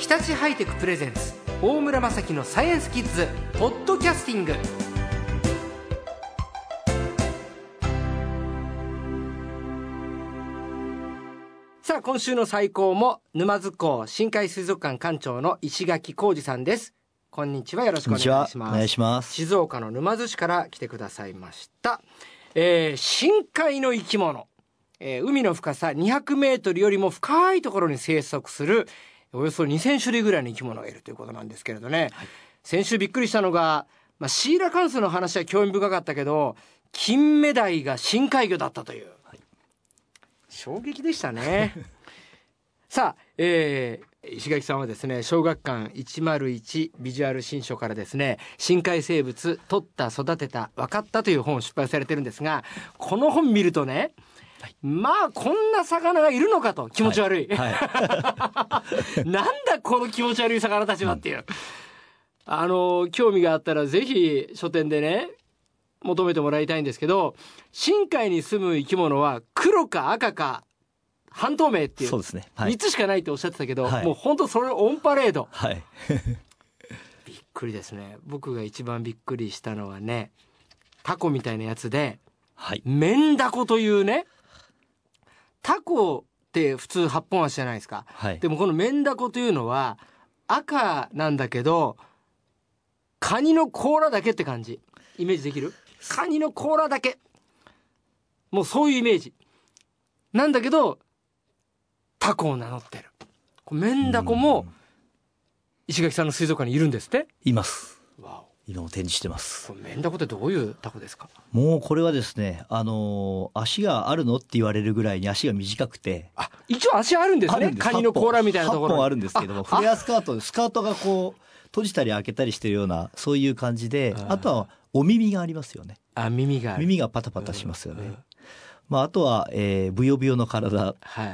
日立ハイテクプレゼンツ大村雅樹のサイエンスキッズポッドキャスティング。さあ今週の最高も沼津港深海水族館館長の石垣浩二さんです。こんにちは、よろしくお願いします。 お願いします。 静岡の沼津市から来てくださいました。深海の生き物、海の深さ200メートルよりも深いところに生息するおよそ2000種類ぐらいの生き物がいるということなんですけれどね、はい、先週びっくりしたのが、シーラカンスの話は興味深かったけどキンメダイが深海魚だったという、はい、衝撃でしたねさあ、石垣さんはですね、小学館101ビジュアル新書からですね、深海生物取った育てた分かったという本を出版されてるんですが、この本見るとね、こんな魚がいるのかと気持ち悪い、はいはい、なんだこの気持ち悪い魚たちはっていう、興味があったらぜひ書店でね求めてもらいたいんですけど、深海に住む生き物は黒か赤か半透明っていう、 そうですね、はい、 3つしかないっておっしゃってたけど、 はい、 もう本当それオンパレード、 はい、 びっくりですね。僕が一番びっくりしたのはね、タコみたいなやつで、はい、メンダコというね、タコって普通8本足じゃないですか、はい、でもこのメンダコというのは赤なんだけどカニの甲羅だけって感じ、イメージできる？カニの甲羅だけ、もうそういうイメージなんだけどタコを名乗ってる。メンダコも石垣さんの水族館にいるんですって？ います。 わお、 今も展示してます。 メンダコってどういうタコですか？ もうこれはですね、足があるのって言われるぐらいに足が短くて、 一応足あるんですね。カニの甲羅みたいなところ 8本あるんですけども、フレアスカートがこう閉じたり開けたりしてるようなそういう感じで、あとはお耳がありますよね。 耳がある。 耳がパタパタしますよね。あとは、ブヨブヨの体、はい、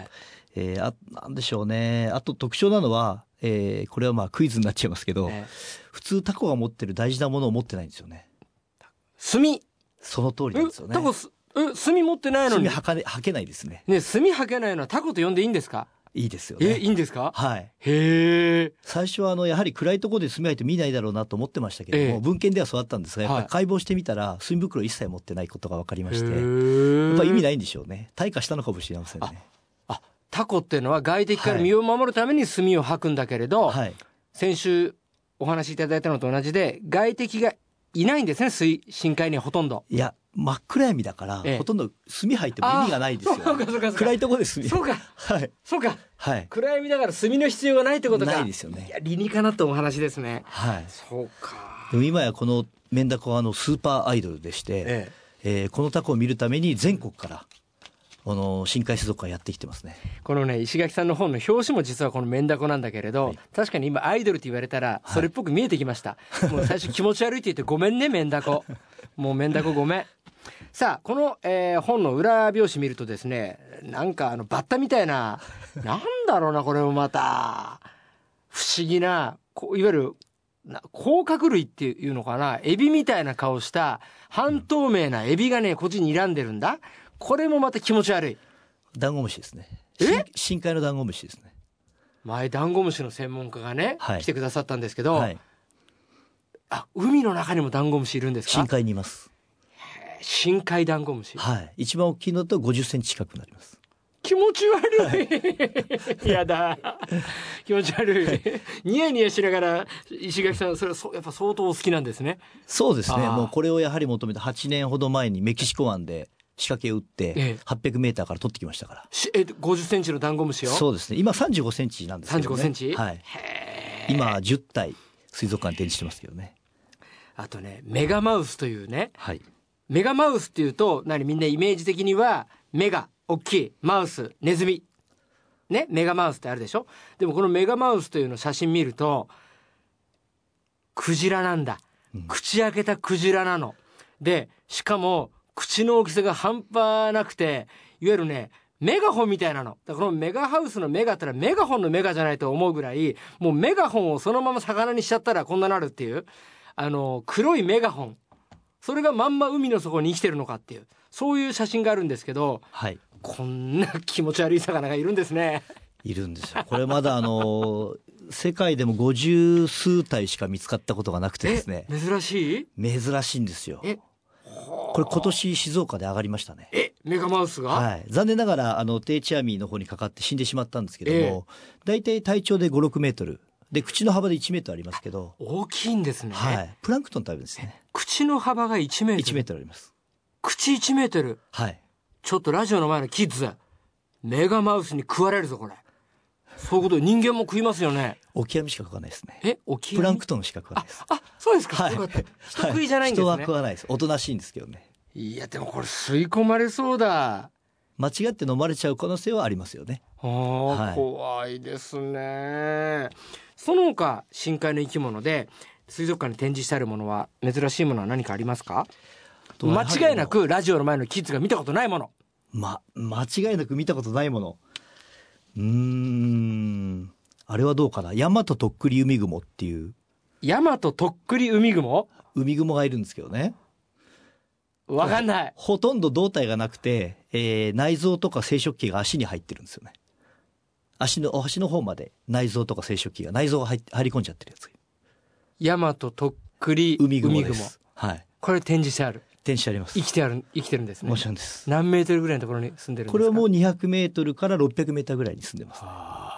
なんでしょうね。あと特徴なのは、これはクイズになっちゃいますけど、普通タコが持ってる大事なものを持ってないんですよね。 墨。 その通りなんですよね。 タコ墨持ってないのに。 墨吐けないですね。 墨吐けないのはタコと呼んでいいんですか？ いいですよね。 いいんですか？ はい。 へえ。 最初はやはり暗いところで墨吐いて見ないだろうなと思ってましたけども、文献ではそうだったんですが、やっぱり解剖してみたら墨袋一切持ってないことが分かりまして、やっぱ意味ないんでしょうね。退化したのかもしれませんね。 タコっていうのは外敵から身を守るために墨を吐くんだけれど、はい、先週お話しいただいたのと同じで外敵がいないんですね、深海にはほとんど。 いや、真っ暗闇だから、ほとんど墨吐いても意味がないですよ、ね。暗いところで墨。 そうか、 はい、 そうか、 はい、 暗闇だから墨の必要がないってことか。 ないですよね。 いや、理にかなったお話ですね。 はい。 そうか。 でも今やこのメンダコはスーパーアイドルでして、このタコを見るために全国から深海水族館やってきてますね。 このね、石垣さんの本の表紙も実はこのメンダコなんだけれど、はい、確かに今アイドルって言われたらそれっぽく見えてきました、はい、もう最初気持ち悪いって言ってごめんねメンダコもうメンダコごめん。さあこの、本の裏表紙見るとですね、なんかバッタみたいななんだろうな、これもまた不思議な、いわゆる甲殻類っていうのかな、エビみたいな顔した半透明なエビがねこっちに睨んでるんだ。これもまた気持ち悪い。 ダンゴムシですね。深海のダンゴムシですね。 前ダンゴムシの専門家がね、はい、来てくださったんですけど、はい、海の中にもダンゴムシいるんですか？ 深海にいます。 深海ダンゴムシ。 はい。一番大きいのだと50センチ近くなります。 気持ち悪い。やだ。気持ち悪い。ニヤニヤしながら石垣さん、それやっぱ相当お好きなんですね。 そうですね。もうこれをやはり求めて8年ほど前にメキシコ湾で仕掛けを打って800メーターから取ってきましたから。 50センチのダンゴムシを？ そうですね。今35センチなんですけどね。 35センチ？ はい。今10体水族館に展示してますけどね。 あとね、メガマウスというね。 はい。 メガマウスっていうとみんなイメージ的にはメガ大きい、マウスネズミね、メガマウスってあるでしょ。でもこのメガマウスというの写真見るとクジラなんだ、口開けたクジラなので、しかも口の大きさが半端なくて、いわゆるねメガホンみたいなのだから、このメガハウスのメガってのはメガホンのメガじゃないと思うぐらい、もうメガホンをそのまま魚にしちゃったらこんななるっていう、黒いメガホン、それがまんま海の底に生きてるのかっていう、そういう写真があるんですけど、はい、こんな気持ち悪い魚がいるんですね。 いるんですよ。これまだ世界でも50数体しか見つかったことがなくてですね。 珍しい？ 珍しいんですよ。これ今年静岡で上がりましたね。 メガマウスが？ はい。残念ながら定置網の方にかかって死んでしまったんですけども、大体体長で5、6メートルで、口の幅で1メートルありますけど。 大きいんですね。 はい。プランクトン食べるんですね。 口の幅が1メートル。 1メートルあります。 口1メートル。 はい。 ちょっとラジオの前のキッズ、メガマウスに食われるぞこれ。そういうこと、人間も食いますよね。 オキアミしか食わないですね。 オキアミ？ プランクトンしか食わないです。 そうですか。 はい、 よかった。人食いじゃないんですね。 人は食わないです。おとなしいんですけどね。 いやでもこれ吸い込まれそうだ。 間違って飲まれちゃう可能性はありますよね。 怖いですね。その他深海の生き物で水族館に展示してあるものは、珍しいものは何かありますか？間違いなくラジオの前のキッズが見たことないもの。 間違いなく見たことないもの。あれはどうかな。ヤマトとっくりウミグモっていう。 ヤマトとっくりウミグモ？ ウミグモがいるんですけどね。 わかんない。 ほとんど胴体がなくて、内臓とか生殖器が足に入ってるんですよね。足の方まで内臓とか生殖器が、内臓が入り込んじゃってるやつ。 ヤマトとっくりウミグモです。 はい。 これ展示してある。 展示してあります。 生きてるんですね。 もちろんです。 何メートルぐらいのところに住んでるんですか？ これはもう200メートルから600メートルぐらいに住んでます、ね。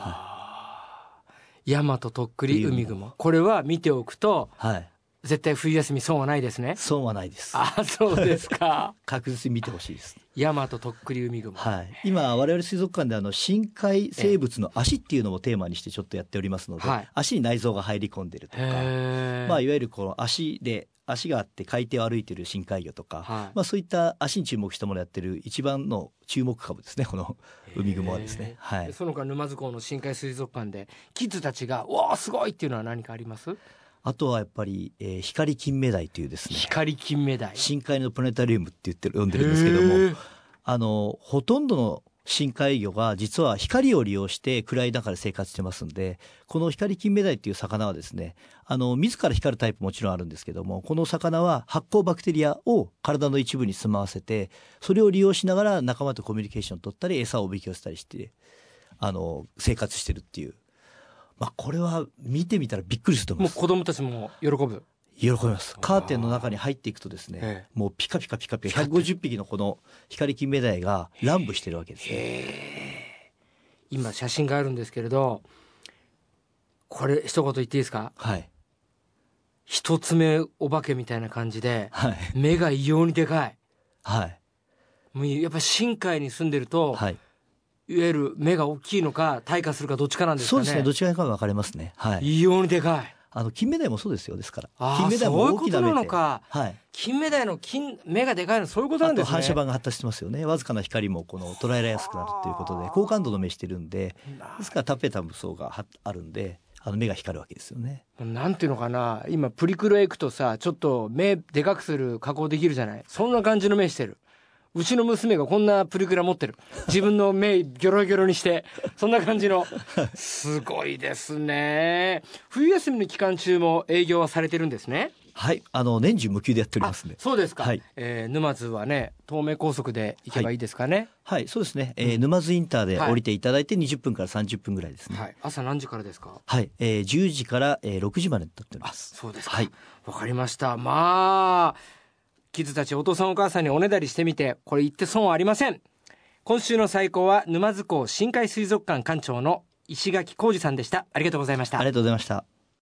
ヤマトとっくりウミグモ。これは見ておくと、 はい。 絶対冬休み損はないですね。 損はないです。 そうですか。 確実に見てほしいです。 ヤマトとっくりウミグモ。 はい。今我々水族館で深海生物の足っていうのをテーマにしてちょっとやっておりますので、足に内臓が入り込んでるとか、いわゆるこの足があって海底を歩いている深海魚とか、そういった足に注目したものをやってる一番の注目株ですね、このウミグモはですね。はい。 その他沼津港の深海水族館でキッズたちがわあすごいっていうのは何かあります？ あとはやっぱり、光金目鯛というですね、 光金目鯛、 深海のプラネタリウムって呼んでるんですけども、ほとんどの深海魚が実は光を利用して暗い中で生活してますんで、この光金目鯛っていう魚はですね、自ら光るタイプもちろんあるんですけども、この魚は発光バクテリアを体の一部に住まわせて、それを利用しながら仲間とコミュニケーションを取ったり餌をおびき寄せたりして生活してるっていう。これは見てみたらびっくりすると思います。 もう子供たちも喜ぶ。 喜びます。カーテンの中に入っていくとですね、もうピカピカピカピカ150匹のこの光金目鯛が乱舞してるわけですね。 今写真があるんですけれど、これ一言言っていいですか？ はい。 一つ目お化けみたいな感じで、目が異様にでかい。 はい。 もうやっぱり深海に住んでると、いわゆる目が大きいのか退化するかどっちかなんですかね。 そうですね、どちらか分かれますね。はい。 異様にでかい。 金目鯛もそうですよ。ですから金目鯛も大きな目で、そういうことなのか。はい。金目鯛の目がでかいのそういうことなんですね。 あと反射板が発達してますよね。わずかな光も捉えられやすくなるということで、高感度の目してるんで、ですからタペタム層があるんで、目が光るわけですよね。 なんていうのかな、今プリクラ行くとさ、ちょっと目でかくする加工できるじゃない。そんな感じの目してる。うちの娘がこんなプリクラ持ってる。自分の目ギョロギョロにして、そんな感じの。すごいですね。冬休みの期間中も営業はされてるんですね。 はい、年中無休でやっておりますね。 そうですか。 はい。 沼津はね、東名高速で行けばいいですかね。 はい、そうですね。沼津インターで降りていただいて20分から30分ぐらいですね。 はい。朝何時からですか？ はい、10時から6時までとっております。 そうですか。 はい。 わかりました。キッズたちお父さんお母さんにおねだりしてみて、これ言って損はありません。今週の最高は沼津港深海水族館館長の石垣浩二さんでした。ありがとうございました。 ありがとうございました。